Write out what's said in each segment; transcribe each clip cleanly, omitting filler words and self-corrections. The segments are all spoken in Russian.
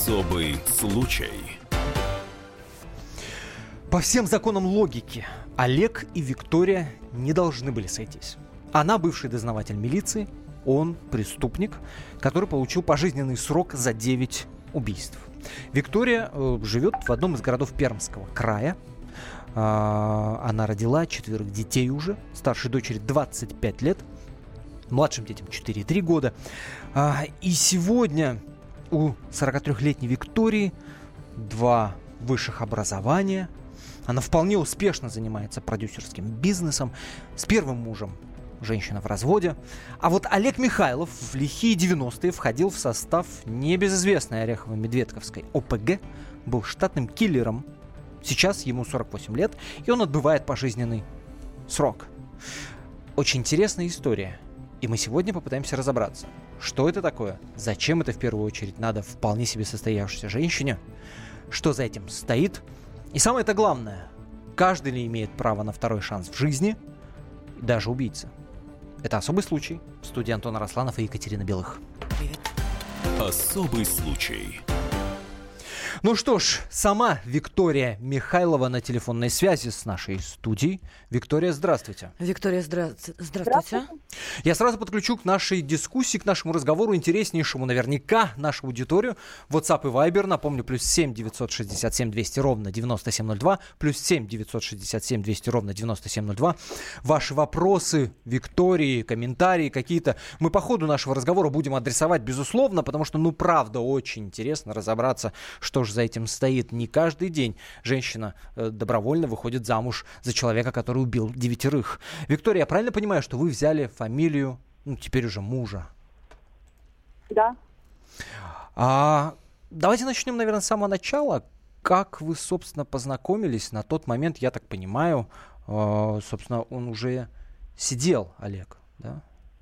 Особый случай. По всем законам логики Олег и Виктория не должны были сойтись. Она бывший дознаватель милиции, он преступник, который получил пожизненный срок за 9 убийств. Виктория живет в одном из городов Пермского края. Она родила 4 детей уже. Старшей дочери 25 лет, младшим детям 4,3 года. И сегодня у 43-летней Виктории 2 высших образования. Она вполне успешно занимается продюсерским бизнесом. С первым мужем женщина в разводе. А вот Олег Михайлов в лихие 90-е входил в состав небезызвестной Орехово-Медведковской ОПГ, был штатным киллером. Сейчас ему 48 лет, и он отбывает пожизненный срок. Очень интересная история. И мы сегодня попытаемся разобраться, что это такое, зачем это в первую очередь надо вполне себе состоявшейся женщине, что за этим стоит. И самое-то главное, каждый ли имеет право на второй шанс в жизни, даже убийца. Это «Особый случай». В студии Антон Арасланов и Екатерина Белых. Привет. Особый случай. Ну что ж, сама Виктория Михайлова на телефонной связи с нашей студией. Виктория, здравствуйте. Виктория, здравствуйте. Я сразу подключу к нашей дискуссии, к нашему разговору интереснейшему наверняка нашу аудиторию. WhatsApp и Viber, напомню, +7 967 200 ровно 9702, +7 967 200 ровно 9702. Ваши вопросы, Виктории, комментарии какие-то мы по ходу нашего разговора будем адресовать, безусловно, потому что, правда, очень интересно разобраться, что же за этим стоит. Не каждый день женщина добровольно выходит замуж за человека, который убил 9. Виктория, я правильно понимаю, что вы взяли фамилию, теперь уже мужа? Да. Давайте начнем, наверное, с самого начала. Как вы, собственно, познакомились? На тот момент, я так понимаю, собственно, он уже сидел, Олег, да?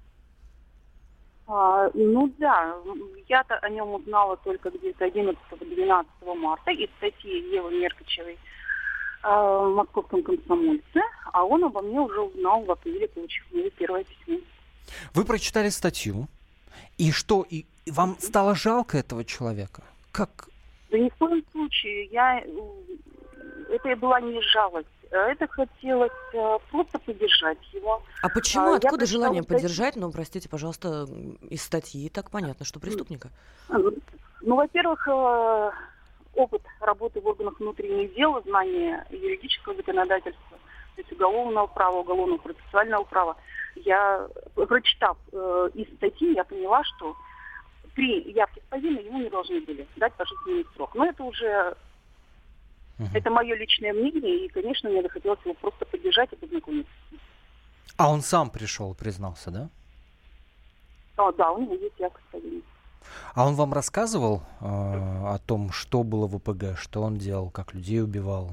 Да, я-то о нем узнала только где-то 11-12 марта из статьи Евы Меркачевой в «Московском комсомольце», а он обо мне уже узнал в апреле, получив мое первое письмо. Вы прочитали статью, и что, и вам стало жалко этого человека? Как? Да ни в коем случае, это была не жалость. Это хотелось просто поддержать его. А почему? Откуда желание поддержать? Простите, пожалуйста, из статьи так понятно, что преступника. Во-первых, опыт работы в органах внутренних дел, знание юридического законодательства, то есть уголовного права, уголовного процессуального права. Я, прочитав из статьи, я поняла, что при явке в повинной ему не должны были дать пожизненный срок. Но это уже... Это мое личное мнение, и, конечно, мне захотелось его просто поддержать и познакомиться. А он сам пришел, признался, да? Да, у него есть явка в повинной. А он вам рассказывал о том, что было в ОПГ, что он делал, как людей убивал?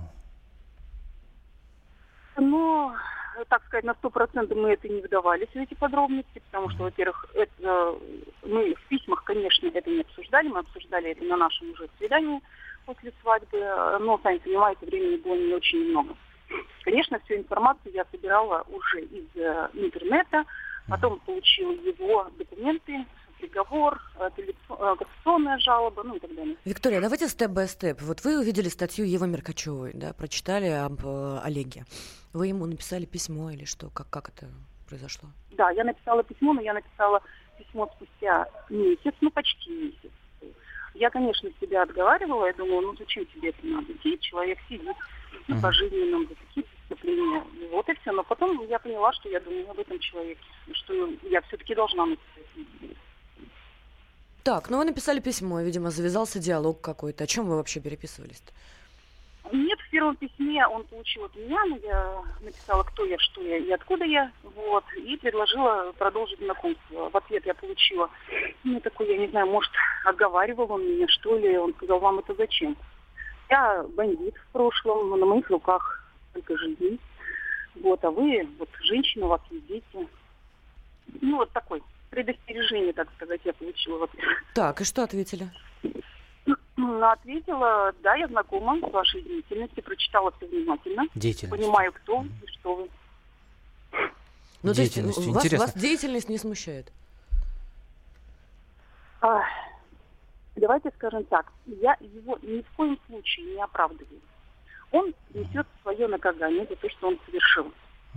Так сказать, на 100% мы это не вдавались в эти подробности, потому что, во-первых, мы в письмах, конечно, это не обсуждали, мы обсуждали это на нашем уже свидании после свадьбы, но, сами понимаете, времени было не очень много. Конечно, всю информацию я собирала уже из интернета, потом получила его документы, приговор, кассационная жалоба, и так далее. Виктория, давайте степ-бай-степ. Вот вы увидели статью Евы Меркачевой, да, прочитали об Олеге. Вы ему написали письмо или что? Как это произошло? Да, я написала письмо, но я написала письмо спустя месяц, почти месяц. Я, конечно, себя отговаривала, я думала, зачем тебе это надо? Человек сидит пожизненным за такие преступления. Вот и все. Но потом я поняла, что я думаю об этом человеке, что я все-таки должна написать. Так, вы написали письмо, видимо, завязался диалог какой-то. О чем вы вообще переписывались-то? Нет, в первом письме он получил от меня, я написала, кто я, что я и откуда я, и предложила продолжить знакомство. В ответ я получила, я не знаю, может, отговаривал он меня, что ли, он сказал, вам это зачем? Я бандит в прошлом, на моих руках только жизнь, а вы, женщина, у вас есть дети. Такое предостережение, так сказать, я получила в ответ. Так, и что ответили? Ответила, да, я знакома с вашей деятельностью, прочитала все внимательно. Понимаю, кто и что вы. То есть вас деятельность не смущает? давайте скажем так, я его ни в коем случае не оправдываю. Он несет свое наказание за то, что он совершил.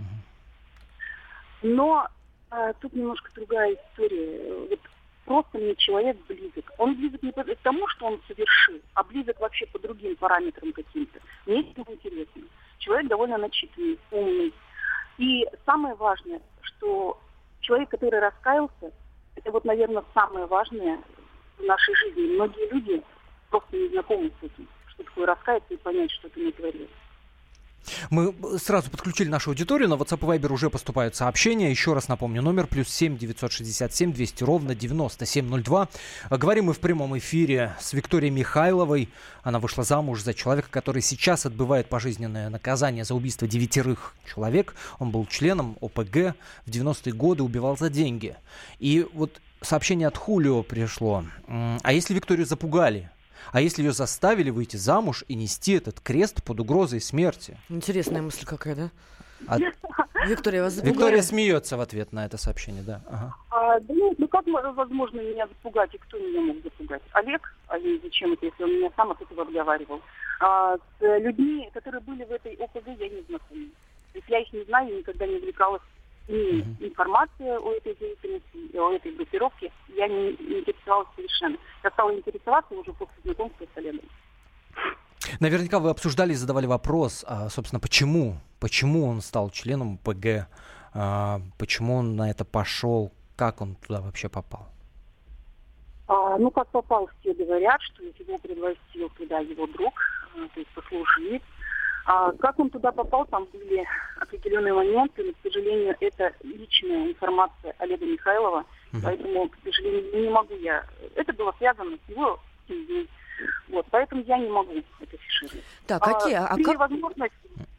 Но тут немножко другая история. Вот просто мне человек близок. Он близок не к тому, что он совершил, а близок вообще по другим параметрам каким-то. Мне это интересно. Человек довольно начитанный, умный. И самое важное, что человек, который раскаялся, это вот, наверное, самое важное в нашей жизни. Многие люди просто не знакомы с этим, что такое раскаяться и понять, что ты натворил. Мы сразу подключили нашу аудиторию. На WhatsApp и Viber уже поступают сообщения. Еще раз напомню, номер +7 967 200 ровно 9702. Говорим мы в прямом эфире с Викторией Михайловой. Она вышла замуж за человека, который сейчас отбывает пожизненное наказание за убийство 9 человек. Он был членом ОПГ. В 90-е годы убивал за деньги. И вот сообщение от Хулио пришло. А если Викторию запугали? А если ее заставили выйти замуж и нести этот крест под угрозой смерти? Интересная мысль какая, да? Виктория, вас запугали? Виктория смеется в ответ на это сообщение, да. Ага. Ну как возможно меня запугать, и кто меня мог запугать? Олег? А зачем это, если он меня сам от этого отговаривал? С людьми, которые были в этой ОПГ, я не знакома. То есть я их не знаю, никогда не увлекалась. И информация о этой деятельности, о этой группировке я не интересовалась совершенно. Я стала интересоваться уже после знакомства с Олегом. Наверняка вы обсуждали и задавали вопрос, собственно, почему он стал членом ОПГ, почему он на это пошел, как он туда вообще попал? Ну, как попал, все говорят, что его пригласил туда его друг, то есть послужить. Как он туда попал, там были определенные моменты, но, к сожалению, это личная информация Олега Михайлова, поэтому, к сожалению, не могу я. Это было связано с его семьей. Вот, поэтому я не могу это фишировать. Так, какие? Возможность...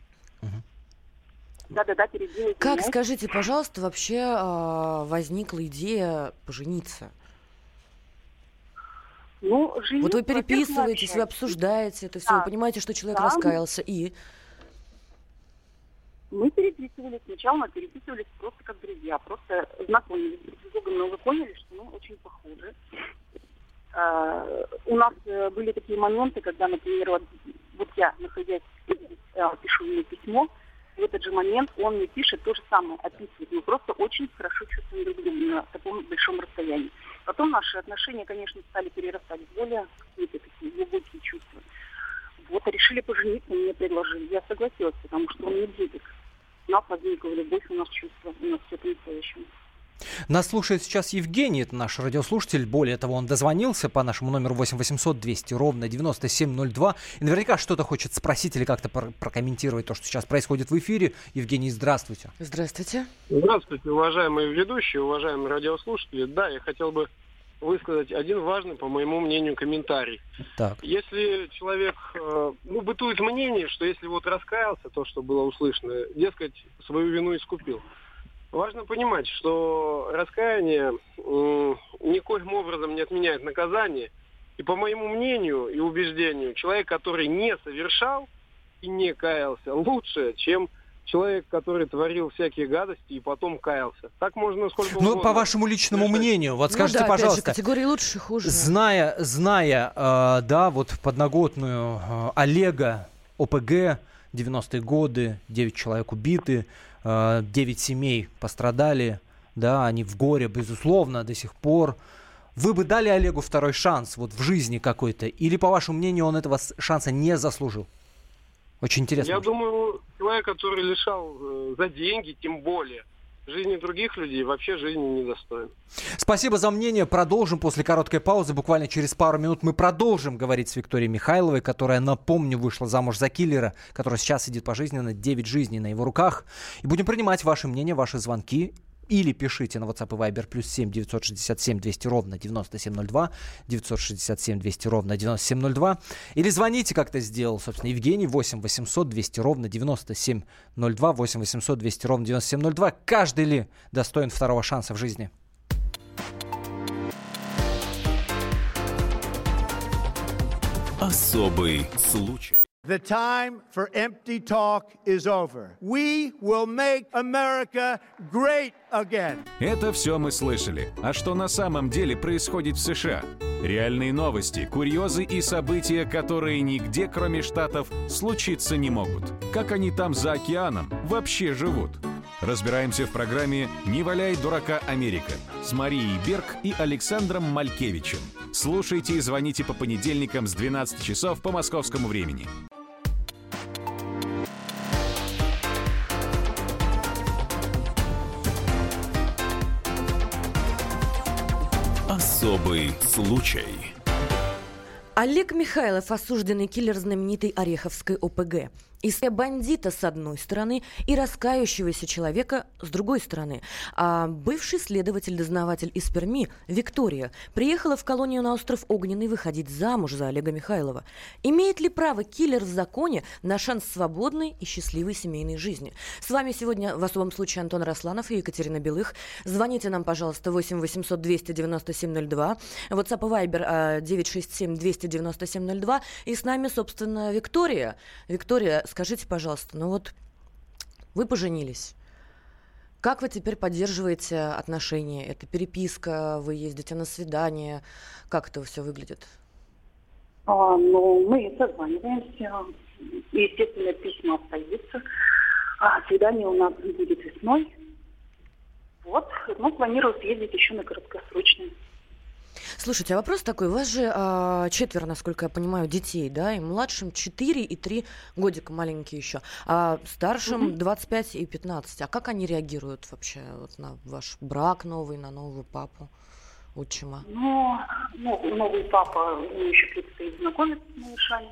Да, переделать. Как, скажите, пожалуйста, вообще возникла идея пожениться? Ну, вот вы переписываетесь, вы обсуждаете это все, вы понимаете, что человек раскаялся, и... Мы переписывались. Сначала мы переписывались просто как друзья, просто знакомились друг с другом, но вы поняли, что мы очень похожи. У нас были такие моменты, когда, например, вот я, находясь, пишу ему письмо, в этот же момент он мне пишет то же самое, описывает. Мы просто очень хорошо чувствуем друг друга на таком большом расстоянии. Потом наши отношения, конечно, стали перерастать в более какие-то такие глубокие чувства. Вот, решили пожениться, мне предложили. Я согласилась, потому что он не близок. У нас возникла любовь, у нас чувства, у нас все по-настоящему. Нас слушает сейчас Евгений, это наш радиослушатель. Более того, он дозвонился по нашему номеру 8 800 200 ровно 9702. И наверняка что-то хочет спросить или как-то прокомментировать то, что сейчас происходит в эфире. Евгений, здравствуйте. Здравствуйте. Здравствуйте, уважаемые ведущие, уважаемые радиослушатели. Да, я хотел бы высказать один важный, по моему мнению, комментарий. Так. Если человек, бытует мнение, что если вот раскаялся, то, что было услышано, дескать, свою вину искупил. Важно понимать, что раскаяние никоим образом не отменяет наказание. И по моему мнению и убеждению, человек, который не совершал и не каялся, лучше, чем человек, который творил всякие гадости и потом каялся. Так можно сколько угодно. Ну, по вашему личному мнению, вот скажите, да, пожалуйста, опять же, категории лучше, хуже. Зная, вот подноготную Олега, ОПГ, 90-е годы, 9 человек убиты, 9 семей пострадали, да, они в горе, безусловно, до сих пор. Вы бы дали Олегу второй шанс вот в жизни какой-то? Или, по вашему мнению, он этого шанса не заслужил? Очень интересно. Я думаю, человек, который лишал за деньги, тем более, жизни других людей, вообще жизни недостоин. Спасибо за мнение. Продолжим после короткой паузы. Буквально через пару минут мы продолжим говорить с Викторией Михайловой, которая, напомню, вышла замуж за киллера, который сейчас сидит пожизненно, 9 жизней на его руках. И будем принимать ваши мнения, ваши звонки. Или пишите на WhatsApp и Viber +7 967 200 ровно 9702, 967 200 ровно 9702. Или звоните, как это сделал, собственно, Евгений, 8 800 200 ровно 9702, 8 800 200 ровно 9702. Каждый ли достоин второго шанса в жизни? Особый случай. The time for empty talk is over. We will make America great again. Это все мы слышали. А что на самом деле происходит в США? Реальные новости, курьезы и события, которые нигде, кроме Штатов, случиться не могут. Как они там за океаном вообще живут? Разбираемся в программе «Не валяй дурака, Америка» с Марией Берг и Александром Малькевичем. Слушайте и звоните по понедельникам с 12 часов по московскому времени. Особый случай. Олег Михайлов, осужденный киллер знаменитой Ореховской ОПГ. История бандита с одной стороны и раскаявшегося человека с другой стороны. А бывший следователь-дознаватель из Перми Виктория приехала в колонию на остров Огненный выходить замуж за Олега Михайлова. Имеет ли право киллер в законе на шанс свободной и счастливой семейной жизни? С вами сегодня в особом случае Антон Росланов и Екатерина Белых. Звоните нам, пожалуйста, 8 800 297 02, WhatsApp и Viber 967 297 02. И с нами, собственно, Виктория. Виктория, скажите, пожалуйста, ну вот вы поженились. Как вы теперь поддерживаете отношения? Это переписка, вы ездите на свидание. Как это все выглядит? Ну, мы созваниваемся. Естественно, письма остаются. Свидание у нас будет весной. Вот, мы планируем съездить еще на краткосрочное. Слушайте, а вопрос такой. У вас же 4, насколько я понимаю, детей, да? И младшим 4 и 3 годика маленькие еще. А старшим 25 и 15. А как они реагируют вообще вот на ваш брак новый, на нового папу, отчима? Ну, новый папа, ему еще предстоит знакомиться с малышами.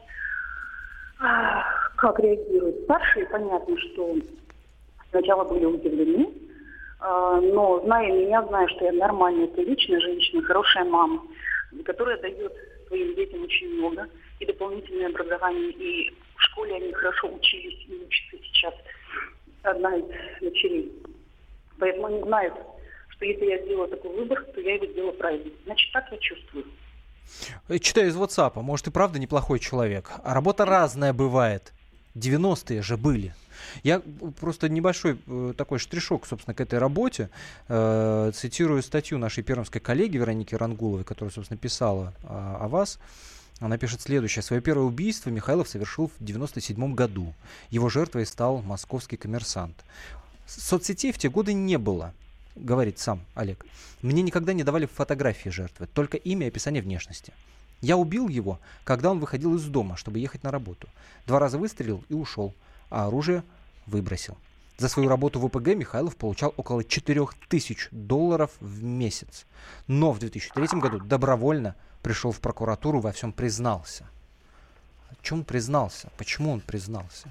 Как реагируют? Старшие, понятно, что сначала были удивлены. Но, зная меня, зная, что я нормальная, приличная женщина, хорошая мама, которая дает своим детям очень много, и дополнительное образование, и в школе они хорошо учились, и учатся сейчас одна из дочерей. Поэтому они знают, что если я сделала такой выбор, то я его сделала правильно. Значит, так я чувствую. Читаю из WhatsApp, может и правда неплохой человек. А работа разная бывает. 90-е же были. Я просто небольшой такой штришок, собственно, к этой работе. Цитирую статью нашей пермской коллеги Вероники Рангуловой, которая, собственно, писала о вас. Она пишет следующее. Свое первое убийство Михайлов совершил в 1997 году. Его жертвой стал московский коммерсант. Соцсетей в те годы не было, говорит сам Олег. Мне никогда не давали фотографии жертвы, только имя и описание внешности. Я убил его, когда он выходил из дома, чтобы ехать на работу. 2 раза выстрелил и ушел, а оружие выбросил. За свою работу в ОПГ Михайлов получал около $4000 в месяц. Но в 2003 году добровольно пришел в прокуратуру, во всем признался. О чем признался? Почему он признался?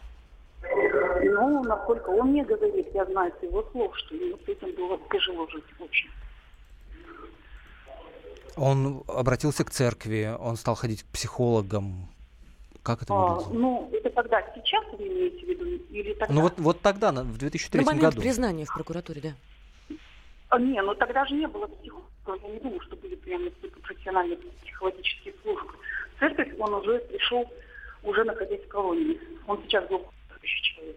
Ну, насколько он мне говорит, я знаю с его слов, что ему с этим было тяжело жить очень. Он обратился к церкви, он стал ходить к психологам. Как это выглядело? Ну, это тогда, сейчас вы имеете в виду? Или тогда? Ну, вот тогда, в 2003 году. На момент признания в прокуратуре, да. Не, ну тогда же не было психолога. Я не думаю, что были прям настолько профессиональные психологические службы. В церковь он уже пришел, уже находясь в колонии. Он сейчас был человек.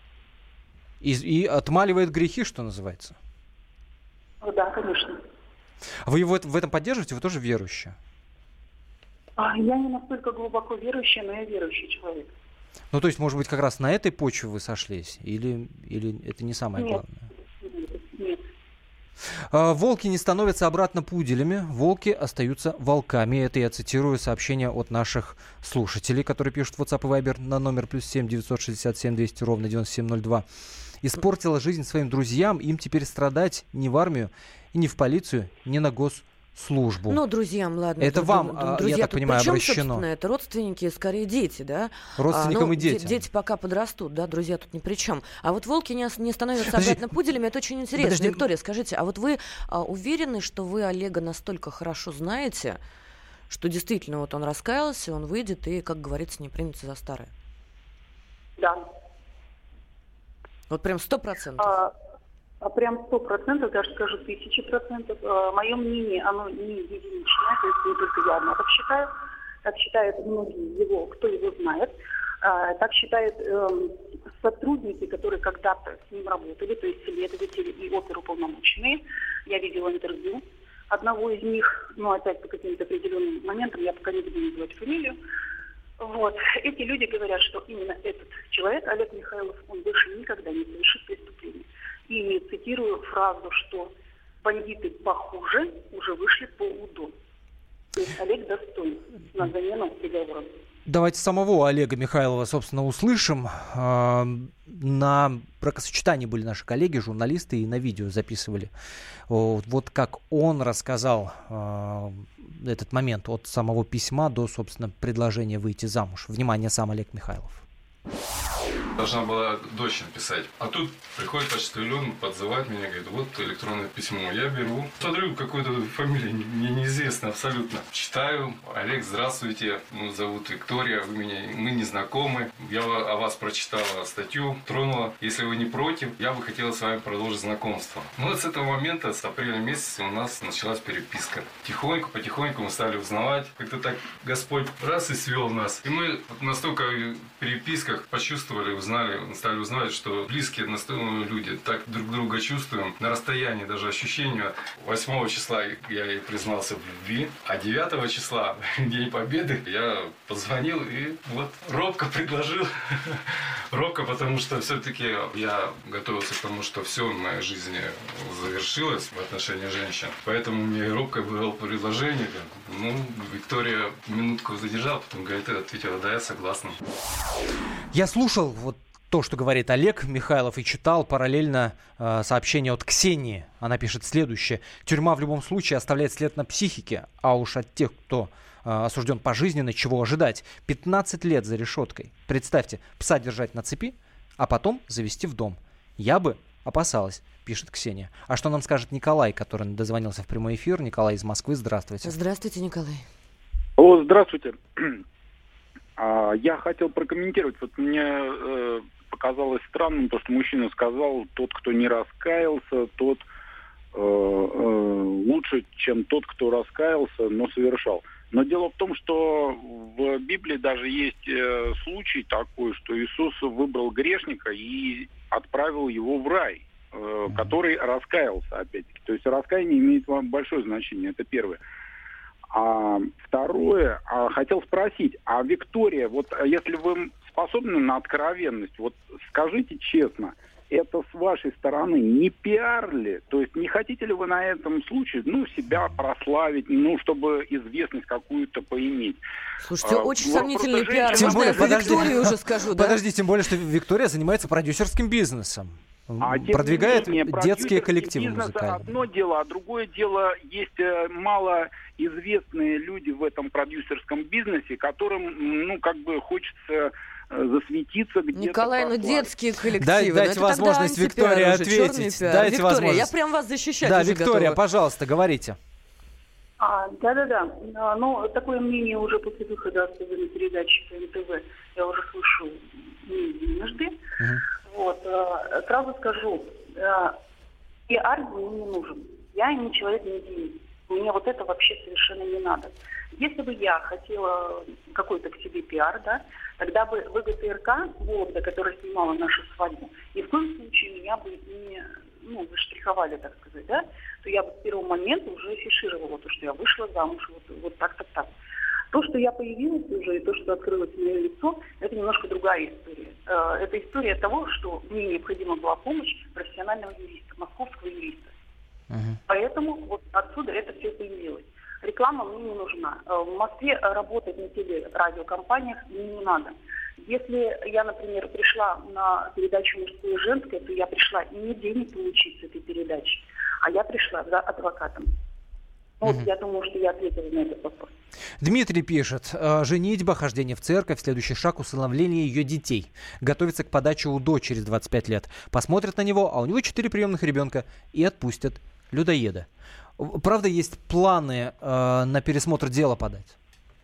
И отмаливает грехи, что называется? Да, конечно. Вы его в этом поддерживаете? Вы тоже верующие? Я не настолько глубоко верующая, но я верующий человек. Ну, то есть, может быть, как раз на этой почве вы сошлись? Или это не самое главное? Нет. Волки не становятся обратно пуделями, волки остаются волками. Это я цитирую сообщение от наших слушателей, которые пишут в WhatsApp и Viber на номер +7 967 200 ровно 9702. Испортила жизнь своим друзьям, им теперь страдать ни в армию, и ни в полицию, ни на госслужбу. Ну, друзьям, ладно. Это вам, друзья, я так понимаю, причем, обращено. Собственно, это родственники, скорее дети, да? Родственникам и детям. Дети пока подрастут, да, друзья тут ни при чем. А вот волки не становятся обратно пуделями, это очень интересно. Виктория, скажите, а вот вы уверены, что вы Олега настолько хорошо знаете, что действительно вот он раскаялся, он выйдет и, как говорится, не примется за старое? Да. Вот прям 100%. Прям 100%, даже скажу 1000%. Мое мнение, оно не единичное, то есть не только я одна так считаю. так считают многие его, кто его знает, так считают сотрудники, которые когда-то с ним работали, то есть следователи и оперуполномоченные. Я видела интервью одного из них, но опять по каким-то определенным моментам, я пока не буду называть фамилию. Вот. Эти люди говорят, что именно этот человек, Олег Михайлов, он больше никогда не совершит преступления. И цитирую фразу, что бандиты похуже уже вышли по УДО. То есть Олег достоин на замену приговора. Давайте самого Олега Михайлова, собственно, услышим. На бракосочетании были наши коллеги, журналисты, и на видео записывали. Вот как он рассказал этот момент от самого письма до, собственно, предложения выйти замуж. Внимание, сам Олег Михайлов. Должна была дочь написать. А тут приходит почтальон, подзывает меня, говорит, вот электронное письмо. Я беру, смотрю, какую-то фамилию мне неизвестно абсолютно. Читаю, Олег, здравствуйте, зовут Виктория, мы не знакомы. Я о вас прочитала статью, тронула. Если вы не против, я бы хотела с вами продолжить знакомство. Вот с этого момента, с апреля месяца у нас началась переписка. Потихоньку мы стали узнавать. Как-то так Господь раз и свел нас. И мы настолько в переписках почувствовали, стали узнавать, что близкие люди так друг друга чувствуем. На расстоянии даже ощущения. 8 числа я ей признался в любви, а 9 числа, День Победы, я позвонил и вот робко предложил. Робко, потому что все-таки я готовился к тому, что все в моей жизни завершилось в отношении женщин. Поэтому мне робко было предложение. Виктория минутку задержала, потом ответила, да, я согласна. Я слушал вот то, что говорит Олег Михайлов, и читал параллельно сообщение от Ксении. Она пишет следующее. Тюрьма в любом случае оставляет след на психике, а уж от тех, кто осужден пожизненно, чего ожидать? 15 лет за решеткой. Представьте, пса держать на цепи, а потом завести в дом. Я бы опасалась, пишет Ксения. А что нам скажет Николай, который дозвонился в прямой эфир? Николай из Москвы, здравствуйте. Здравствуйте, Николай. Здравствуйте. Я хотел прокомментировать. Вот мне показалось странным то, что мужчина сказал, тот, кто не раскаялся, тот лучше, чем тот, кто раскаялся, но совершал. Но дело в том, что в Библии даже есть случай такой, что Иисус выбрал грешника и отправил его в рай, который раскаялся, опять-таки. То есть раскаяние имеет большое значение, это первое. А второе, хотел спросить, а Виктория, вот если вы способны на откровенность, вот скажите честно, это с вашей стороны не пиар ли? То есть не хотите ли вы на этом случае, себя прославить, чтобы известность какую-то поиметь? Слушайте, очень сомнительный пиар. Тем Можно более, я за Викторию уже скажу, да? Подожди, тем более, что Виктория занимается продюсерским бизнесом. Продвигает детские коллективы музыкальные. Одно дело, а другое дело, есть малоизвестные люди в этом продюсерском бизнесе, которым, хочется засветиться где-то. Николай, детские коллективы. Дайте возможность Виктории ответить. Дайте Виктория, возможность. я прям вас защищать Да, уже Виктория, готова. пожалуйста, говорите. Да. Но такое мнение уже после выхода особенно передачи по НТВ я уже слышу не единожды. Вот, сразу скажу, пиар мне не нужен. Я не человек медийный. Мне вот это вообще совершенно не надо. Если бы я хотела какой-то к себе пиар, да, тогда бы ВГТРК, Вологда, которая снимала нашу свадьбу, ни в коем случае меня бы не заштриховали, так сказать, да, то я бы с первого момента уже афишировала то, что я вышла замуж, вот так. То, что я появилась уже, и то, что открылось мое лицо, это немножко другая история. Это история того, что мне необходима была помощь профессионального юриста, московского юриста. Поэтому вот отсюда это все появилось. Реклама мне не нужна. В Москве работать на телерадиокомпаниях мне не надо. Если я, например, пришла на передачу «Мужское и женское», то я пришла не денег получить с этой передачи, а я пришла за адвокатом. Я думаю, что я ответила на этот вопрос. Дмитрий пишет. Женитьба, хождение в церковь, следующий шаг — усыновление ее детей. Готовится к подаче УДО через 25 лет. Посмотрят на него, а у него 4 приемных ребенка, и отпустят людоеда. Правда, есть планы на пересмотр дела подать?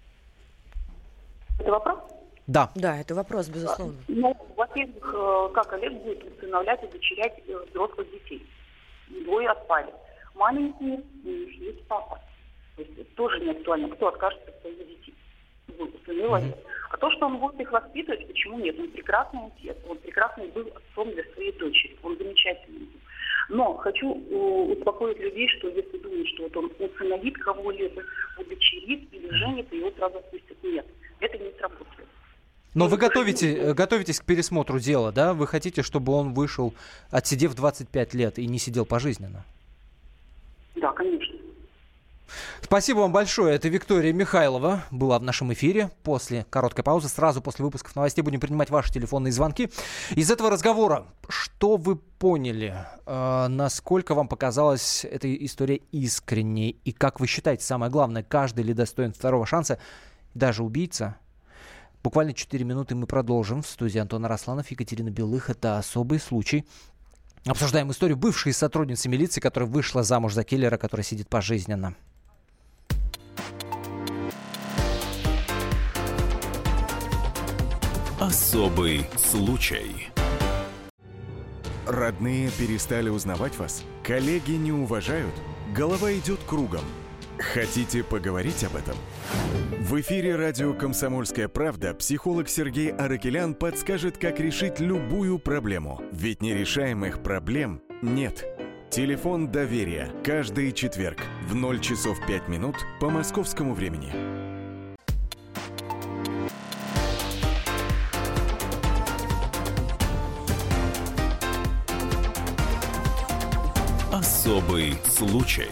Это вопрос? Да. Да, это вопрос, безусловно. Во-первых, как Олег будет усыновлять и удочерять взрослых детей? Двое отпали. Маленькие, у них есть папа. То есть это тоже не актуально. Кто откажется от своих детей? установил отец. А то, что он будет их воспитывать, почему нет? Он прекрасный отец, он прекрасный был отцом для своей дочери, он замечательный был. Но хочу успокоить людей, что если думают, что вот он усыновит кого-либо, удочерит или женит, и его сразу отпустят. Нет, это не сработает. Но вы готовитесь к пересмотру дела, да? Вы хотите, чтобы он вышел, отсидев 25 лет, и не сидел пожизненно? Да, конечно. Спасибо вам большое. Это Виктория Михайлова была в нашем эфире. После короткой паузы, сразу после выпусков новостей, будем принимать ваши телефонные звонки. Из этого разговора, что вы поняли? Насколько вам показалась эта история искренней? И как вы считаете, самое главное, каждый ли достоин второго шанса, даже убийца? Буквально 4 минуты мы продолжим. В студии Антон Арасланов, Екатерина Белых. Это особый случай. Обсуждаем историю бывшей сотрудницы милиции, которая вышла замуж за киллера, который сидит пожизненно. Особый случай. Родные перестали узнавать вас? Коллеги не уважают? Голова идет кругом. Хотите поговорить об этом? В эфире радио «Комсомольская правда» психолог Сергей Аракелян подскажет, как решить любую проблему. Ведь нерешаемых проблем нет. Телефон доверия. Каждый четверг в 0 часов 5 минут по московскому времени. Особый случай.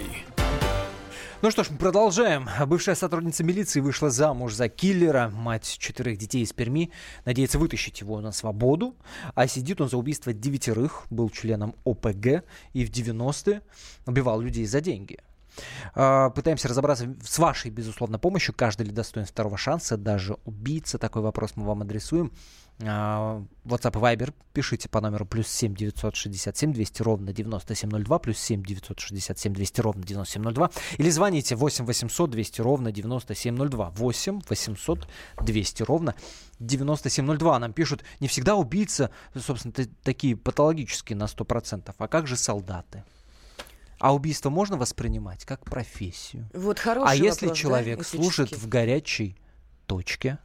Ну что ж, мы продолжаем. Бывшая сотрудница милиции вышла замуж за киллера, мать 4 детей из Перми. Надеется вытащить его на свободу. А сидит он за убийство 9, был членом ОПГ и в 90-е убивал людей за деньги. Пытаемся разобраться с вашей, безусловно, помощью. Каждый ли достоин второго шанса, даже убийца? Такой вопрос мы вам адресуем. WhatsApp и Viber пишите по номеру +7 967 200 ровно 9702, +7 967 200 ровно 9702, или звоните 8 800 200 ровно 9702, 8 800 200 ровно 9702. Нам пишут, не всегда убийца, собственно, такие патологические на 100%, а как же солдаты? А убийство можно воспринимать как профессию? Вот хороший если вопрос, человек служит в горячей точке,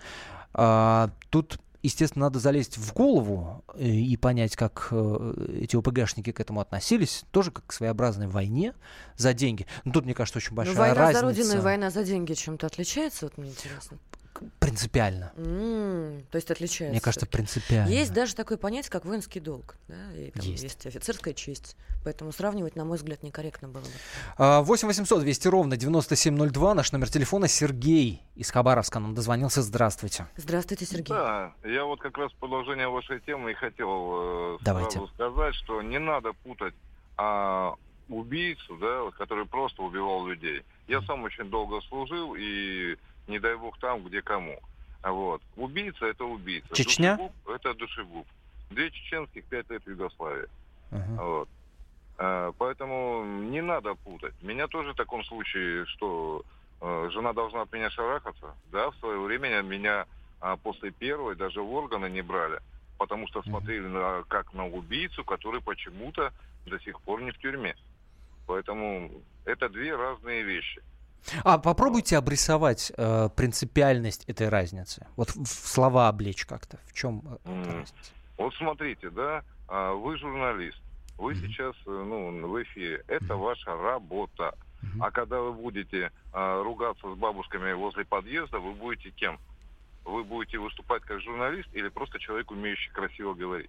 тут, естественно, надо залезть в голову и понять, как эти ОПГшники к этому относились. Тоже как к своеобразной войне за деньги. Но тут, мне кажется, очень большая разница. Война за родину и война за деньги чем-то отличается? Вот мне интересно. Принципиально. То есть отличается. Мне кажется, принципиально. Есть даже такое понятие, как воинский долг. Да? И там есть офицерская честь. Поэтому сравнивать, на мой взгляд, некорректно было бы. 8 800 200 ровно 9702. Наш номер телефона. Сергей из Хабаровска нам дозвонился. Здравствуйте. Здравствуйте, Сергей. Да, я вот как раз в продолжение вашей темы и хотел сразу сказать, что не надо путать убийцу, да, который просто убивал людей. Я сам очень долго служил, и не дай бог там, где кому. Вот. Убийца — это убийца. Чечня? Душегуб — это душегуб. 2 чеченских, 5 лет в Югославии. Вот. Поэтому не надо путать. Меня тоже в таком случае, что жена должна от меня шарахаться. Да, в свое время меня после первой даже в органы не брали, потому что смотрели как на убийцу, который почему-то до сих пор не в тюрьме. Поэтому это 2 разные вещи. Попробуйте обрисовать принципиальность этой разницы. Вот в слова облечь как-то. В чем эта разница? Вот смотрите, да, вы журналист, вы сейчас в эфире. Это ваша работа. А когда вы будете ругаться с бабушками возле подъезда, вы будете кем? Вы будете выступать как журналист или просто человек, умеющий красиво говорить?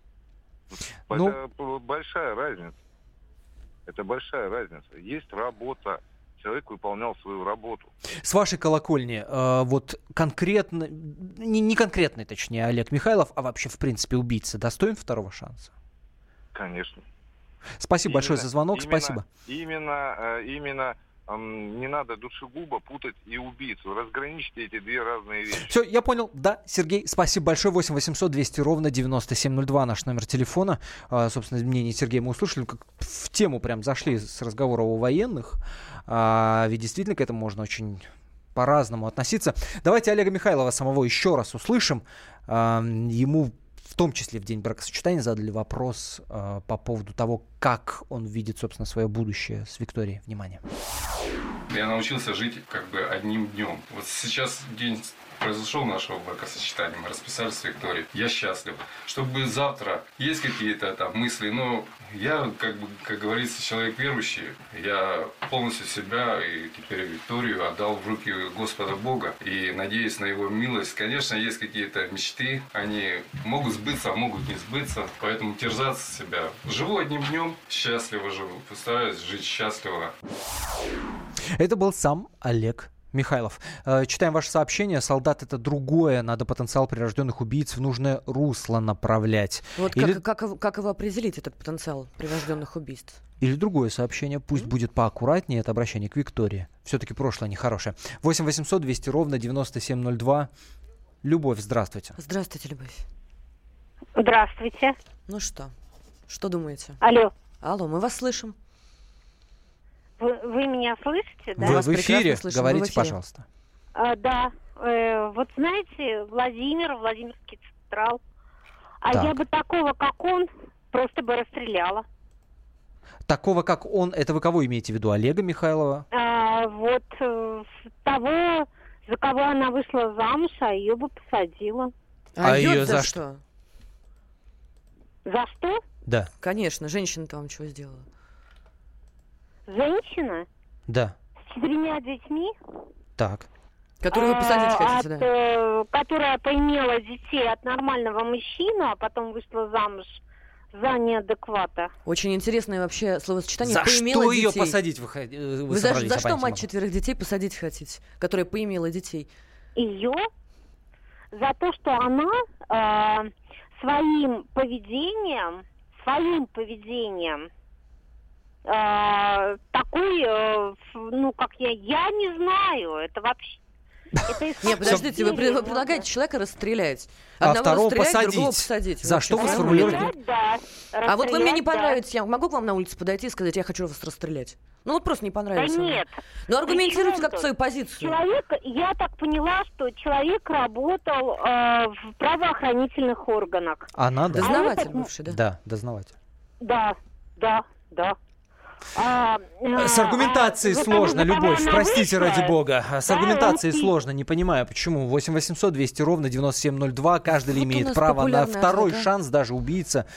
Это большая разница. Это большая разница. Есть работа. Человек выполнял свою работу. С вашей колокольни, вот конкретно, не конкретный, точнее, Олег Михайлов, а вообще, в принципе, убийца достоин второго шанса? Конечно. Спасибо большое за звонок, спасибо. Именно не надо душегуба путать и убийцу. Разграничьте эти 2 разные вещи. Все, я понял. Да, Сергей, спасибо большое. 8 800 200 ровно 9702 наш номер телефона. Собственно, мнение Сергея мы услышали. Как в тему прям зашли с разговора о военных. Ведь действительно к этому можно очень по-разному относиться. Давайте Олега Михайлова самого еще раз услышим. Ему в том числе в день бракосочетания задали вопрос по поводу того, как он видит, собственно, свое будущее с Викторией. Внимание. Я научился жить как бы одним днем. Вот сейчас день произошел нашего бракосочетания, мы расписались с Викторией. Я счастлив. Чтобы завтра есть какие-то там мысли, но я, как говорится, человек верующий. Я полностью себя и теперь Викторию отдал в руки Господа Бога. И надеюсь на Его милость. Конечно, есть какие-то мечты. Они могут сбыться, а могут не сбыться. Поэтому терзаться себя. Живу одним днем, счастливо живу. Постараюсь жить счастливо. Это был сам Олег Михайлов. Читаем ваше сообщение. Солдат — это другое. Надо потенциал прирожденных убийц в нужное русло направлять. Вот Или... как его определить, этот потенциал прирожденных убийств? Или другое сообщение. Пусть будет поаккуратнее. Это обращение к Виктории. Все-таки прошлое нехорошее. 8 800 200 ровно 9702. Любовь, здравствуйте. Здравствуйте, Любовь. Здравствуйте. Ну что думаете? Алло, мы вас слышим. вы меня слышите, да? Вы в эфире, слышим, говорите, в эфире. пожалуйста. Да. Вот знаете, Владимирский Централ. А Так. я бы такого, как он, просто бы расстреляла. Такого, как он, это вы кого имеете в виду? Олега Михайлова? Того, за кого она вышла замуж, а ее бы посадила. А ее за за что? За что? Да. Конечно, женщина-то вам чего сделала? Женщина Да. с 4 детьми, Так. Которую вы посадить хотите, да? которая поимела детей от нормального мужчины, а потом вышла замуж за неадеквата. Очень интересное вообще словосочетание. За «поимела что ее детей». посадить вы Вы за собрались, что я понять мать не могу. 4 детей посадить хотите, которая поимела детей? Ее за то, что она своим поведением такой, как я не знаю, это вообще... Нет, подождите, вы предлагаете человека расстрелять. А Одного второго расстрелять, другого посадить. посадить. За что вы сформулируете? Да. А вот вы мне не Расстрелять, понравитесь, я могу к вам на улице подойти и сказать, я хочу вас расстрелять? Ну вот просто не да. понравится. Да вам. нет. Ну аргументируйте как-то тут? свою позицию. Человек, я так поняла, что человек работал в правоохранительных органах. Она, да. Дознаватель бывший, да? Да, дознаватель. Да. С аргументацией сложно, Любовь, простите ради бога. С аргументацией сложно, не понимаю, почему. 8 800 200 ровно 9702. Каждый ли Вот у имеет нас право на популярный второй ответ, да? шанс, даже убийца.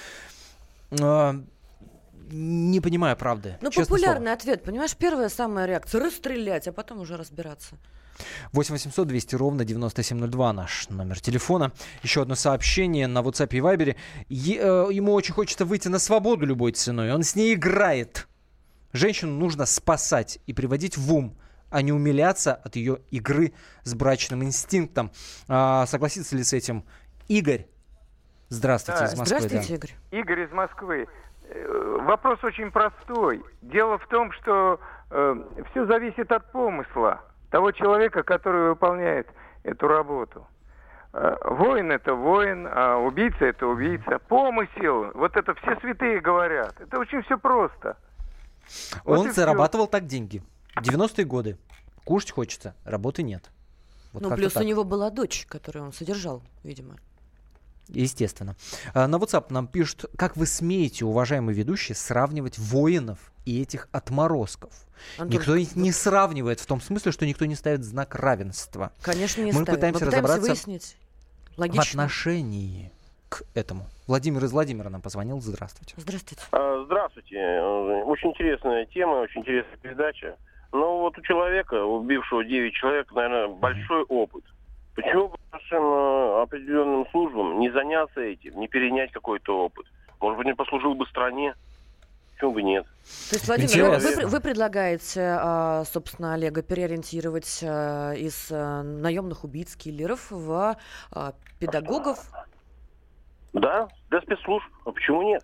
Не понимаю правды. Ну, честное популярный слово. ответ, понимаешь, первая самая реакция — расстрелять, а потом уже разбираться. 8 800 200 ровно 9702 наш номер телефона. Еще одно сообщение на WhatsApp и Viber. Ему очень хочется выйти на свободу любой ценой. Он с ней играет. Женщину нужно спасать и приводить в ум, а не умиляться от ее игры с брачным инстинктом. Согласится ли с этим Игорь? Здравствуйте, из Москвы. Здравствуйте, да. Игорь. Игорь из Москвы. Вопрос очень простой. Дело в том, что все зависит от помысла того человека, который выполняет эту работу. Воин — это воин, а убийца — это убийца. Помысел, вот это все святые говорят. Это очень все просто. Вот Он зарабатывал так деньги. 90-е годы. Кушать хочется, работы нет. Вот Ну, как-то плюс так. у него была дочь, которую он содержал, видимо. Естественно. На WhatsApp нам пишут, как вы смеете, уважаемые ведущие, сравнивать воинов и этих отморозков? Антон, Никто не сравнивает в том смысле, что никто не ставит знак равенства. Конечно, не Мы ставим. пытаемся Мы разобраться выяснить в логично. отношении к этому. Владимир из Владимира нам позвонил. Здравствуйте. Здравствуйте. Здравствуйте. Очень интересная тема, очень интересная передача. Но вот у человека, убившего 9 человек, наверное, большой опыт. Почему бы нашим определенным службам не заняться этим, не перенять какой-то опыт? Может быть, он послужил бы стране? Почему бы нет? То есть, Владимир, вы предлагаете, собственно, Олега переориентировать из наемных убийц, киллеров в педагогов? Да, для спецслужб. А почему нет?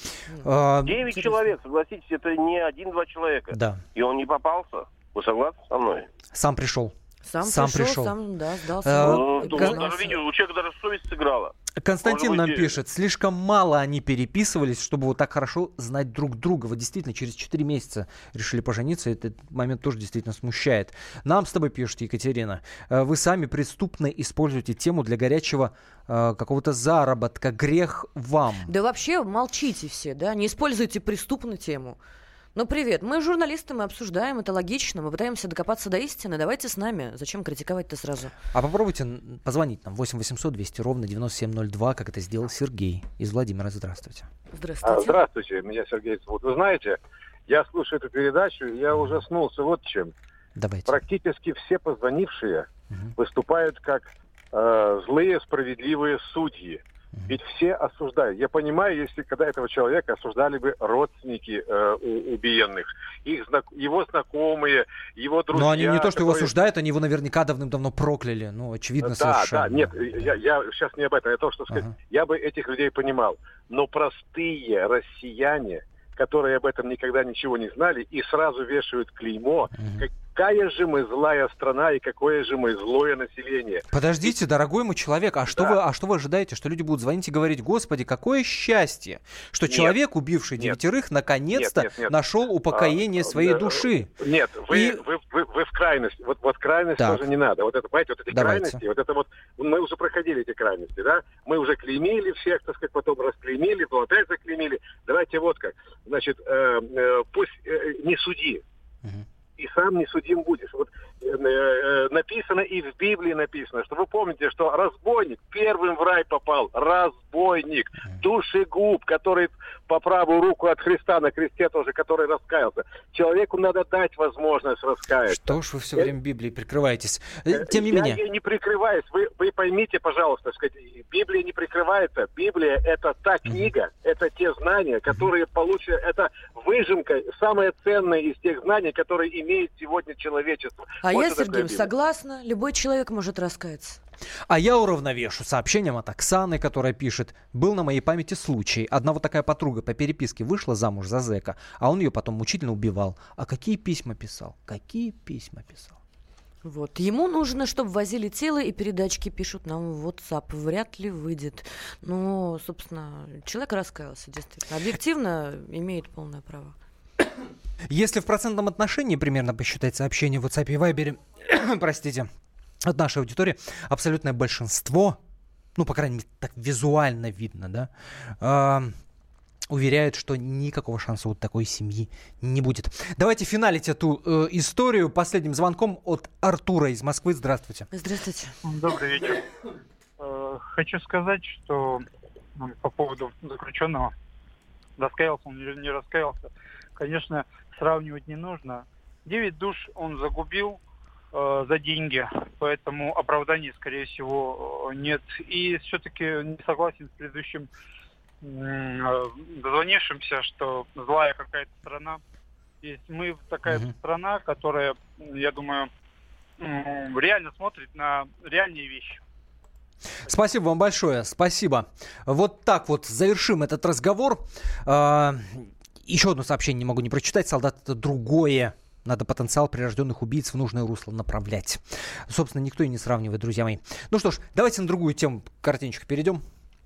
9 человек, согласитесь, это не 1-2 человека. Да. И он не попался. Вы согласны со мной? Сам пришел. Сам пришел. Сам, да, сдался. Даже видео, у человека даже совесть сыграла. Константин нам пишет, слишком мало они переписывались, чтобы вот так хорошо знать друг друга. Вот действительно, через 4 месяца решили пожениться, этот момент тоже действительно смущает. Нам с тобой пишет Екатерина, вы сами преступно используете тему для горячего какого-то заработка, грех вам. Да вообще молчите все, да, не используйте преступную тему. Ну, привет. Мы журналисты, мы обсуждаем, это логично, мы пытаемся докопаться до истины. Давайте с нами. Зачем критиковать-то сразу? А попробуйте позвонить нам 8 800 200 ровно 9702, как это сделал Сергей из Владимира. Здравствуйте. Здравствуйте. Здравствуйте, меня Сергей зовут. Вы знаете, я слушаю эту передачу, и я ужаснулся вот чем. Давайте. Практически все позвонившие выступают как злые, справедливые судьи. Ведь все осуждают. Я понимаю, если когда этого человека осуждали бы родственники убиенных, его знакомые, его друзья. Но они не то, что его осуждают, они его наверняка давным-давно прокляли. Ну, очевидно, совершенно. Да, нет, я сейчас не об этом. Я то, что сказать, я бы этих людей понимал. Но простые россияне, которые об этом никогда ничего не знали, и сразу вешают клеймо, какая же мы злая страна и какое же мы злое население. Подождите, дорогой мой человек, а что вы ожидаете, что люди будут звонить и говорить: Господи, какое счастье, что человек, убивший 9, наконец-то нашел упокоение своей души. Нет, вы в крайности. Вот крайность тоже не надо. Вот это, понимаете, вот эти крайности, вот это вот, мы уже проходили эти крайности, да? Мы уже клеймили всех, так сказать, потом расклеймили, то опять заклеймили. Давайте вот как. Значит, пусть не суди. И сам не судим будешь. Вот написано, и в Библии написано, что вы помните, что разбойник первым в рай попал. Разбойник. Душегуб, который по правую руку от Христа на кресте тоже, который раскаялся. Человеку надо дать возможность раскаяться. Что ж вы все время Библией прикрываетесь? Тем не менее. Я не прикрываюсь. Вы поймите, пожалуйста, сказать, Библия не прикрывается. Библия — это та книга, это те знания, которые получат, это выжимка, самое ценное из тех знаний, которые имеет сегодня человечество. А вот я, Сергей, согласна. Любой человек может раскаяться. А я уравновешу сообщением от Оксаны, которая пишет: был на моей памяти случай. Одна вот такая подруга по переписке вышла замуж за зэка, а он ее потом мучительно убивал. А какие письма писал? Вот. Ему нужно, чтобы возили тело, и передачки пишут нам в WhatsApp. Вряд ли выйдет. Но, собственно, человек раскаялся, действительно. Объективно имеет полное право. Если в процентном отношении примерно посчитать сообщения в WhatsApp и Viber, простите, от нашей аудитории, абсолютное большинство, ну, по крайней мере, так визуально видно, да, уверяют, что никакого шанса вот такой семьи не будет. Давайте финалить эту историю последним звонком от Артура из Москвы. Здравствуйте. Здравствуйте. Добрый вечер. Хочу сказать, что по поводу заключенного, раскаялся он или не раскаялся, конечно, сравнивать не нужно. 9 душ он загубил за деньги, поэтому оправданий, скорее всего, нет. И все-таки не согласен с предыдущим дозвонившимся, что злая какая-то страна. Есть мы такая страна, которая, я думаю, реально смотрит на реальные вещи. Спасибо вам большое, спасибо. Вот так вот завершим этот разговор. Еще одно сообщение не могу не прочитать. Солдат — это другое. Надо потенциал прирожденных убийц в нужное русло направлять. Собственно, никто и не сравнивает, друзья мои. Ну что ж, давайте на другую тему картиночку перейдем.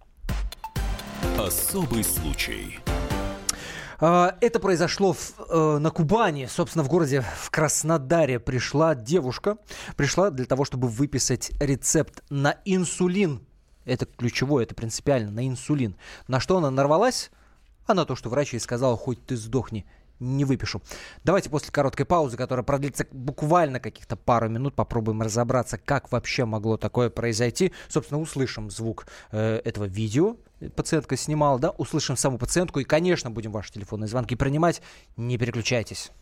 Особый случай. Это произошло на Кубани, собственно, в городе в Краснодаре. Пришла девушка, для того, чтобы выписать рецепт на инсулин. Это ключевое, это принципиально, на инсулин. На что она нарвалась? А на то, что врач ей сказал: хоть ты сдохни, не выпишу. Давайте после короткой паузы, которая продлится буквально каких-то пару минут, попробуем разобраться, как вообще могло такое произойти. Собственно, услышим звук этого видео. Пациентка снимала, да? Услышим саму пациентку и, конечно, будем ваши телефонные звонки принимать. Не переключайтесь.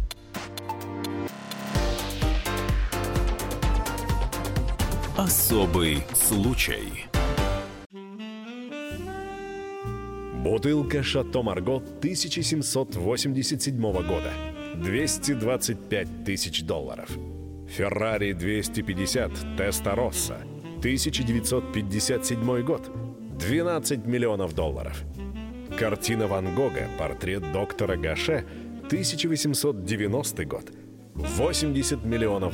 Особый случай. Бутылка «Шато Марго» 1787 года. $225 тысяч. Феррари 250 Теста-Росса. 1957 год. $12 миллионов. Картина Ван Гога «Портрет доктора Гаше», 1890 год. $80 миллионов.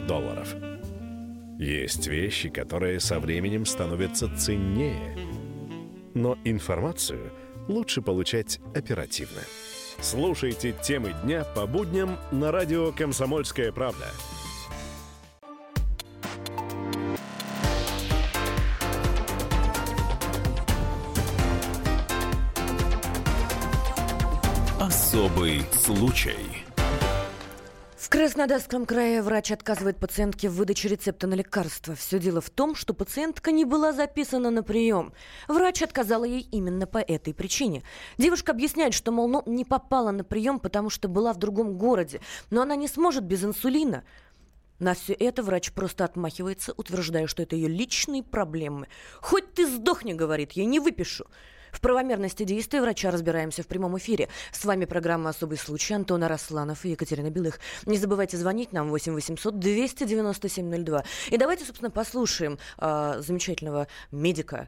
Есть вещи, которые со временем становятся ценнее. Но информацию лучше получать оперативно. Слушайте темы дня по будням на радио «Комсомольская правда». Особый случай. В Краснодарском крае врач отказывает пациентке в выдаче рецепта на лекарство. Все дело в том, что пациентка не была записана на прием. Врач отказала ей именно по этой причине. Девушка объясняет, что, мол, не попала на прием, потому что была в другом городе. Но она не сможет без инсулина. На все это врач просто отмахивается, утверждая, что это ее личные проблемы. «Хоть ты сдохни», — говорит, — «я не выпишу». В правомерности действий врача разбираемся в прямом эфире. С вами программа «Особый случай». Антон Арасланов и Екатерина Белых. Не забывайте звонить нам 8 800 297 02. И давайте, собственно, послушаем замечательного медика.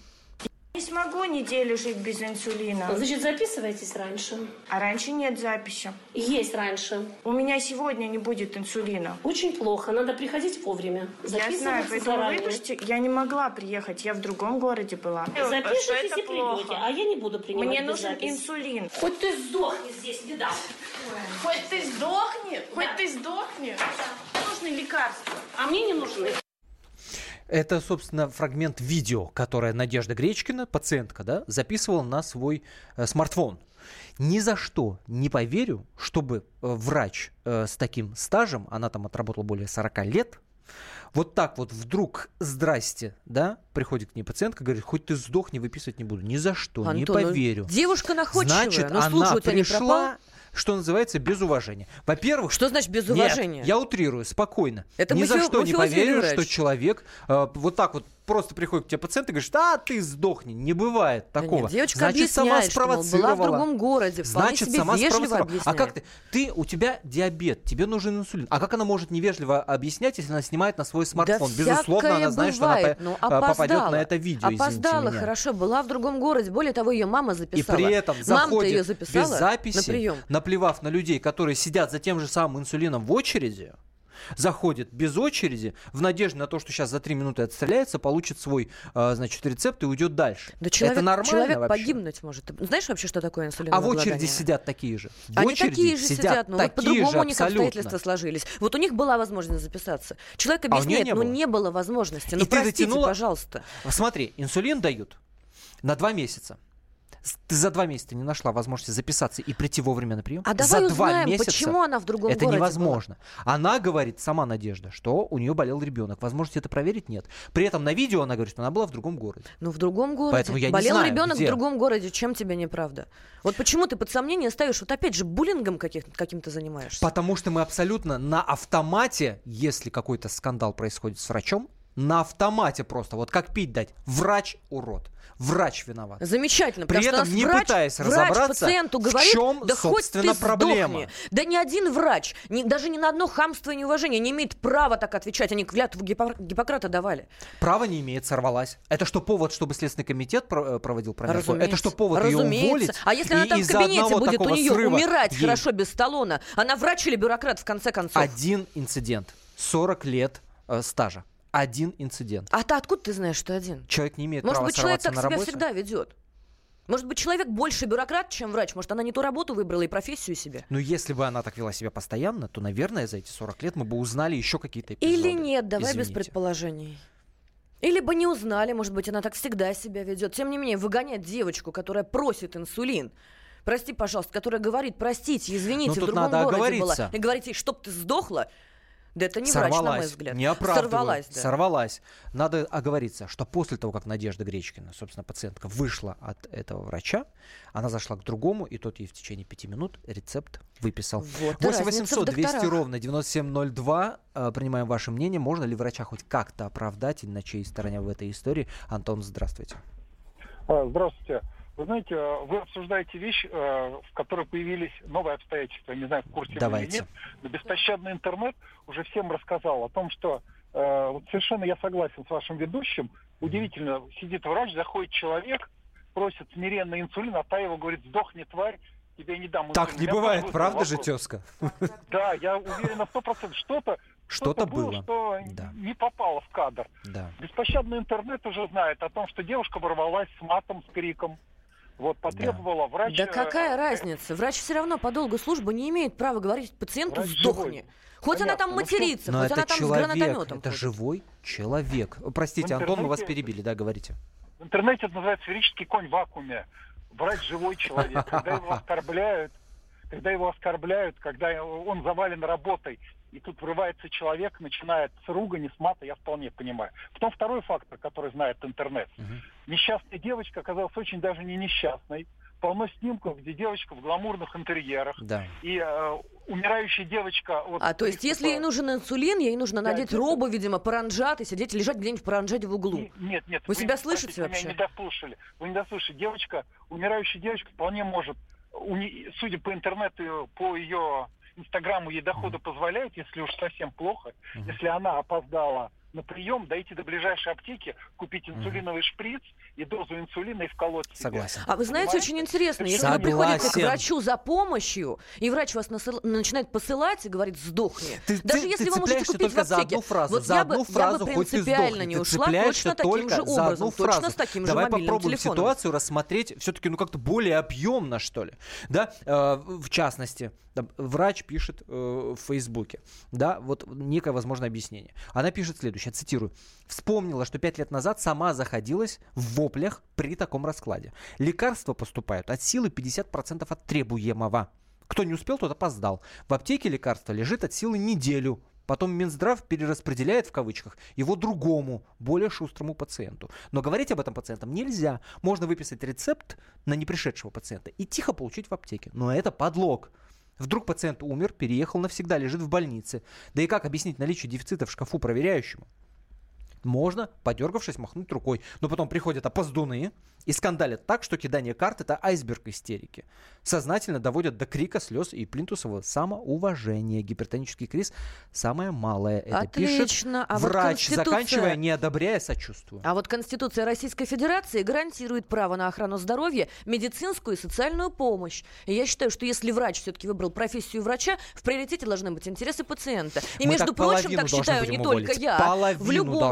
Не смогу неделю жить без инсулина. Значит, записывайтесь раньше. А раньше нет записи. Есть раньше. У меня сегодня не будет инсулина. Очень плохо. Надо приходить вовремя. Я знаю, поэтому выпишите. Я не могла приехать. Я в другом городе была. Запишитесь и придете. А я не буду принимать. Мне нужен инсулин. Хоть ты сдохни здесь, не дам. Хоть ты сдохни. Хоть ты сдохни. Нужны лекарства. А мне не нужны. Это, собственно, фрагмент видео, которое Надежда Гречкина, пациентка, да, записывала на свой смартфон. Ни за что не поверю, чтобы врач с таким стажем, она там отработала более 40 лет, вот так вот вдруг, здрасте, да, приходит к ней пациентка, говорит, хоть ты сдохни, выписывать не буду. Ни за что, Антон, не поверю. Девушка находчивая, значит, но слушай, она у тебя не пропал? что называется, без уважения. Во-первых... Что значит без уважения? Нет, я утрирую, спокойно. Это ни за что не поверю, врач. что человек вот так вот просто приходит к тебе пациент и говорит, ты сдохни. Не бывает такого. Нет, девочка значит, сама спровоцировала. Что, была в другом городе, значит, сама вежливо объясняет. А как у тебя диабет, тебе нужен инсулин. А как она может невежливо объяснять, если она снимает на свой смартфон? Да безусловно, она знает, бывает, что она попадет на это видео. Опоздала, хорошо, была в другом городе. Более того, ее мама записала. И при этом Мама-то ее заходит записала без записи, на прием. наплевав на людей, которые сидят за тем же самым инсулином в очереди, заходит без очереди, в надежде на то, что сейчас за 3 минуты отстреляется, получит свой, рецепт и уйдет дальше. Да человек, это нормально человек вообще? погибнуть может. Знаешь вообще, что такое инсулинообладание? А в очереди сидят такие же. Они такие же сидят, но вот по-другому у них обстоятельства сложились. Вот у них была возможность записаться. Человек объясняет, не было возможности. Ну, простите, пожалуйста. Смотри, инсулин дают на 2 месяца. Ты за 2 месяца не нашла возможности записаться и прийти вовремя на прием? А давай за 2 узнаем, месяца почему она в другом это городе невозможно. Была. Она говорит, сама Надежда, что у нее болел ребенок. Возможности это проверить нет. При этом на видео она говорит, что она была в другом городе. Ну, в другом городе. Поэтому я болел не знаю, ребенок где. В другом городе. Чем тебе неправда? Вот почему ты под сомнение ставишь, вот опять же, буллингом каким-то занимаешься? Потому что мы абсолютно на автомате, если какой-то скандал происходит с врачом, на автомате просто, вот как пить дать. Врач урод. Врач виноват. Замечательно. При этом не пытаясь разобраться, пациенту говорит, в чем, да собственно, хоть ты проблема. Сдохни. Да ни один врач, даже ни на одно хамство и неуважение не имеет права так отвечать. Они клятву Гиппократа давали. Право не имеет, сорвалась. Это что, повод, чтобы Следственный комитет проводил проверку? Разумеется. Это что, повод ее уволить? А если она там в кабинете будет у нее умирать хорошо без талона? Она врач или бюрократ, в конце концов? Один инцидент. 40 лет стажа. Один инцидент. А ты откуда ты знаешь, что один? Человек не имеет права сорваться на работе. Может быть, человек так себя всегда ведет. Может быть, человек больше бюрократ, чем врач. Может, она не ту работу выбрала и профессию себе. Ну, если бы она так вела себя постоянно, то, наверное, за эти 40 лет мы бы узнали еще какие-то эпизоды. Или нет, давай Извините. без предположений. Или бы не узнали, может быть, она так всегда себя ведет. Тем не менее, выгонять девочку, которая просит инсулин, прости, пожалуйста, которая говорит, простите, извините, в другом городе была. И говорит ей, чтоб ты сдохла. Да это не врач, на мой взгляд. Не оправдываю. Сорвалась, да. Сорвалась. Надо оговориться, что после того, как Надежда Гречкина, собственно, пациентка, вышла от этого врача, она зашла к другому, и тот ей в течение 5 минут рецепт выписал. Вот 8 800 200 ровно 9702. Принимаем ваше мнение. Можно ли врача хоть как-то оправдать, и на чьей стороне в этой истории? Антон, здравствуйте. Здравствуйте. Вы знаете, вы обсуждаете вещь, в которой появились новые обстоятельства. Я не знаю, в курсе вы или нет. Но беспощадный интернет уже всем рассказал о том, что вот совершенно я согласен с вашим ведущим. Удивительно, сидит врач, заходит человек, просит смиренно инсулин, а та его говорит, сдохни, тварь, тебе не дам инсулин. Так не бывает, правда же, тезка? Да, я уверен на 100%. Что-то было, что не попало в кадр. Да. Беспощадный интернет уже знает о том, что девушка ворвалась с матом, с криком. Вот, потребовала врач... Да какая разница? Врач все равно по долгу службы не имеет права говорить пациенту врач «сдохни». Живой. Хоть она там матерится, хоть она там с гранатометом. Это живой человек. Простите, Антон, мы вас перебили, да, говорите. В интернете это называется сферический конь в вакууме. врач живой человек. Когда его оскорбляют, когда он завален работой, и тут врывается человек, начинает с ругани, с мата, я вполне понимаю. Потом второй фактор, который знает интернет. Несчастная девочка оказалась очень даже не несчастной. Полно снимков, где девочка в гламурных интерьерах. Да. И умирающая девочка... То есть, если ей нужен инсулин, ей нужно надеть робу, видимо, паранджат и сидеть, лежать где-нибудь паранджать в углу. Нет. Вы себя слышите вообще? Вы не дослушали. Умирающая девочка вполне может, судя по интернету, по ее инстаграму, ей доходы позволяют, если уж совсем плохо, если она опоздала на прием, дойти до ближайшей аптеки, купить инсулиновый шприц и дозу инсулина и вколоть себе. Согласен. А вы знаете, очень интересно, если вы приходите к врачу за помощью, и врач вас начинает посылать и говорит «сдохни». Даже если вы можете купить в аптеке. За одну фразу хоть и сдохни. не ушла точно таким же образом, точно с таким же мобильным телефоном. Давай попробуем ситуацию рассмотреть все-таки как-то более объемно, что ли. Да? В частности, врач пишет в Фейсбуке, да, вот некое возможное объяснение. Она пишет следующее, цитирую. «Вспомнила, что 5 лет назад сама заходилась в воплях при таком раскладе. Лекарства поступают от силы 50% от требуемого. Кто не успел, тот опоздал. В аптеке лекарство лежит от силы неделю. Потом Минздрав перераспределяет, в кавычках, его другому, более шустрому пациенту. Но говорить об этом пациентам нельзя. Можно выписать рецепт на непришедшего пациента и тихо получить в аптеке. Но это подлог. Вдруг пациент умер, переехал навсегда, лежит в больнице. Да и как объяснить наличие дефицита в шкафу проверяющему? Можно, подергавшись, махнуть рукой. Но потом приходят опоздуны и скандалят так, что кидание карт — это айсберг истерики. Сознательно доводят до крика, слез и плинтусового самоуважения. Гипертонический криз — самое малое. Это отлично. Пишет врач, заканчивая, не одобряя, сочувствую. А вот Конституция Российской Федерации гарантирует право на охрану здоровья, медицинскую и социальную помощь. И я считаю, что если врач все-таки выбрал профессию врача, в приоритете должны быть интересы пациента. И, между прочим, так считаю не только я. В любом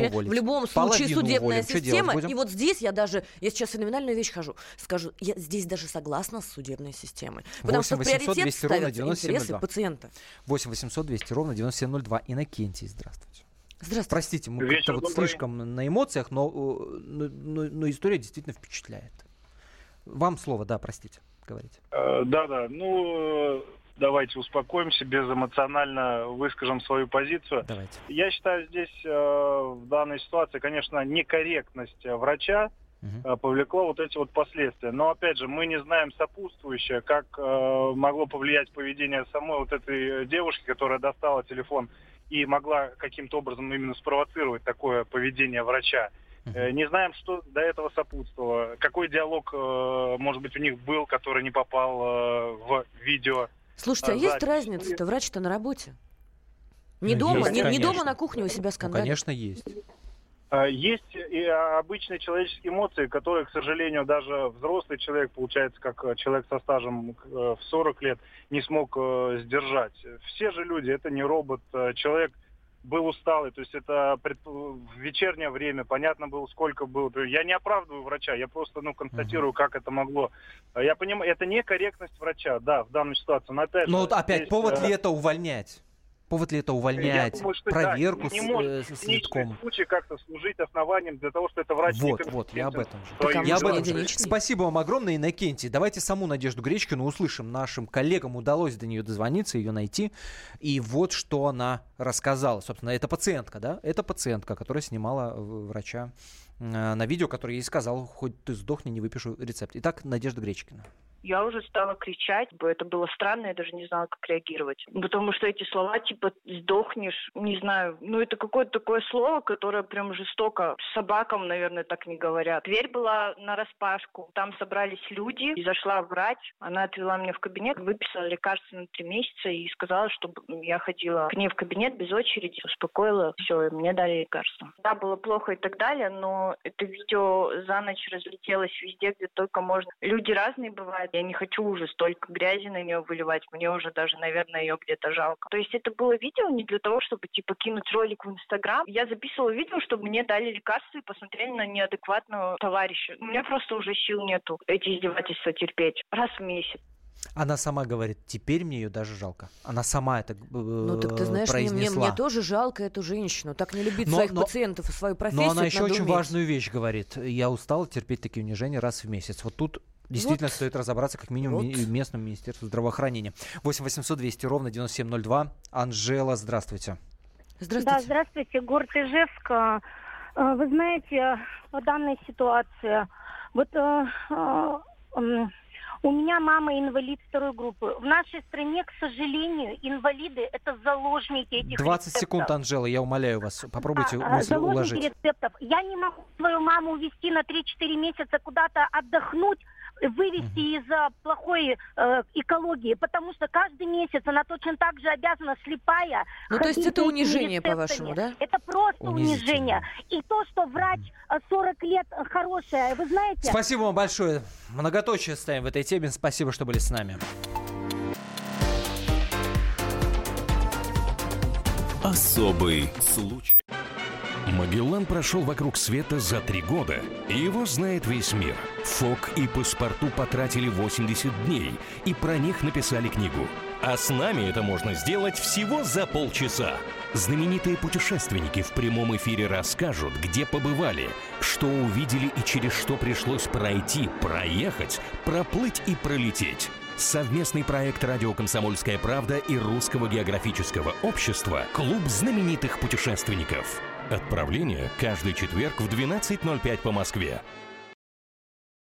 случае судебная система. И вот здесь я сейчас феноменальную вещь скажу, я здесь даже согласна с судебной системой. Потому что в приоритет ставятся интересы пациента. 8 800 200 ровно 9702. Иннокентий, здравствуйте. Здравствуйте. Простите, мы как-то вот слишком на эмоциях, но история действительно впечатляет. Вам слово, да, простите, говорите. Да, давайте успокоимся, безэмоционально выскажем свою позицию. Давайте. Я считаю, здесь в данной ситуации, конечно, некорректность врача повлекла вот эти вот последствия. Но, опять же, мы не знаем сопутствующее, как могло повлиять поведение самой вот этой девушки, которая достала телефон и могла каким-то образом именно спровоцировать такое поведение врача. Не знаем, что до этого сопутствовало, какой диалог, может быть, у них был, который не попал в видео. Слушайте, а есть разница-то? Врач-то на работе. Не дома, не дома на кухне у себя скандалит. Конечно, есть. Есть и обычные человеческие эмоции, которые, к сожалению, даже взрослый человек, получается, как человек со стажем в 40 лет, не смог сдержать. Все же люди, это не робот. Человек был усталый, то есть это в вечернее время, понятно было, сколько было. Я не оправдываю врача, я просто констатирую, как это могло. Я понимаю, это некорректность врача, да, в данной ситуации. Но опять опять, повод ли это увольнять? Повод ли это увольнять? Думаю, что проверку не может с витком? Случай как-то служить основанием для того, что это врач... Вот, я об этом же. Спасибо вам огромное, Иннокентий. Давайте саму Надежду Гречкину услышим. Нашим коллегам удалось до нее дозвониться, ее найти. И вот что она рассказала. Собственно, это пациентка, да? Это пациентка, которая снимала врача на видео, который ей сказал: хоть ты сдохни, не выпишу рецепт. Итак, Надежда Гречкина. Я уже стала кричать, это было странно, я даже не знала, как реагировать. Потому что эти слова, типа, сдохнешь, не знаю, это какое-то такое слово, которое прям жестоко. Собакам, наверное, так не говорят. Дверь была нараспашку, там собрались люди, и зашла врач, она отвела меня в кабинет, выписала лекарства на 3 месяца и сказала, чтобы я ходила к ней в кабинет без очереди, успокоила, все, и мне дали лекарства. Да, было плохо и так далее, но это видео за ночь разлетелось везде, где только можно. Люди разные бывают. Я не хочу уже столько грязи на нее выливать. Мне уже даже, наверное, ее где-то жалко. То есть это было видео не для того, чтобы, кинуть ролик в Инстаграм. Я записывала видео, чтобы мне дали лекарства и посмотрели на неадекватного товарища. У меня просто уже сил нету эти издевательства терпеть. Раз в месяц. Она сама говорит, теперь мне ее даже жалко. Она сама это так ты знаешь, произнесла. Мне тоже жалко эту женщину. Так не любить своих пациентов и свою профессию. Но она еще очень важную вещь говорит. Я устала терпеть такие унижения раз в месяц. Вот тут Действительно, стоит разобраться как минимум в местном министерстве здравоохранения. 8 800 200 ровно 9702. Анжела, здравствуйте. Здравствуйте. Да, здравствуйте, город Ижевск. Вы знаете, по данной ситуации, вот у меня мама инвалид второй группы. В нашей стране, к сожалению, инвалиды – это заложники этих 20 рецептов. Секунд, Анжела, я умоляю вас. Попробуйте мысль уложить. Заложники рецептов. Я не могу свою маму увезти на 3-4 месяца куда-то отдохнуть, вывести из-за плохой экологии, потому что каждый месяц она точно так же обязана, слепая. Ну, то есть это унижение, по-вашему, да? Это просто унижение. И то, что врач 40 лет хорошая, вы знаете... Спасибо вам большое. Многоточие ставим в этой теме. Спасибо, что были с нами. Особый случай. Магеллан прошел вокруг света за 3 года, и его знает весь мир. Фок и Паспарту потратили 80 дней, и про них написали книгу. А с нами это можно сделать всего за полчаса. Знаменитые путешественники в прямом эфире расскажут, где побывали, что увидели и через что пришлось пройти, проехать, проплыть и пролететь. Совместный проект «Радио Комсомольская правда» и Русского географического общества «Клуб знаменитых путешественников». Отправление каждый четверг в 12:05 по Москве.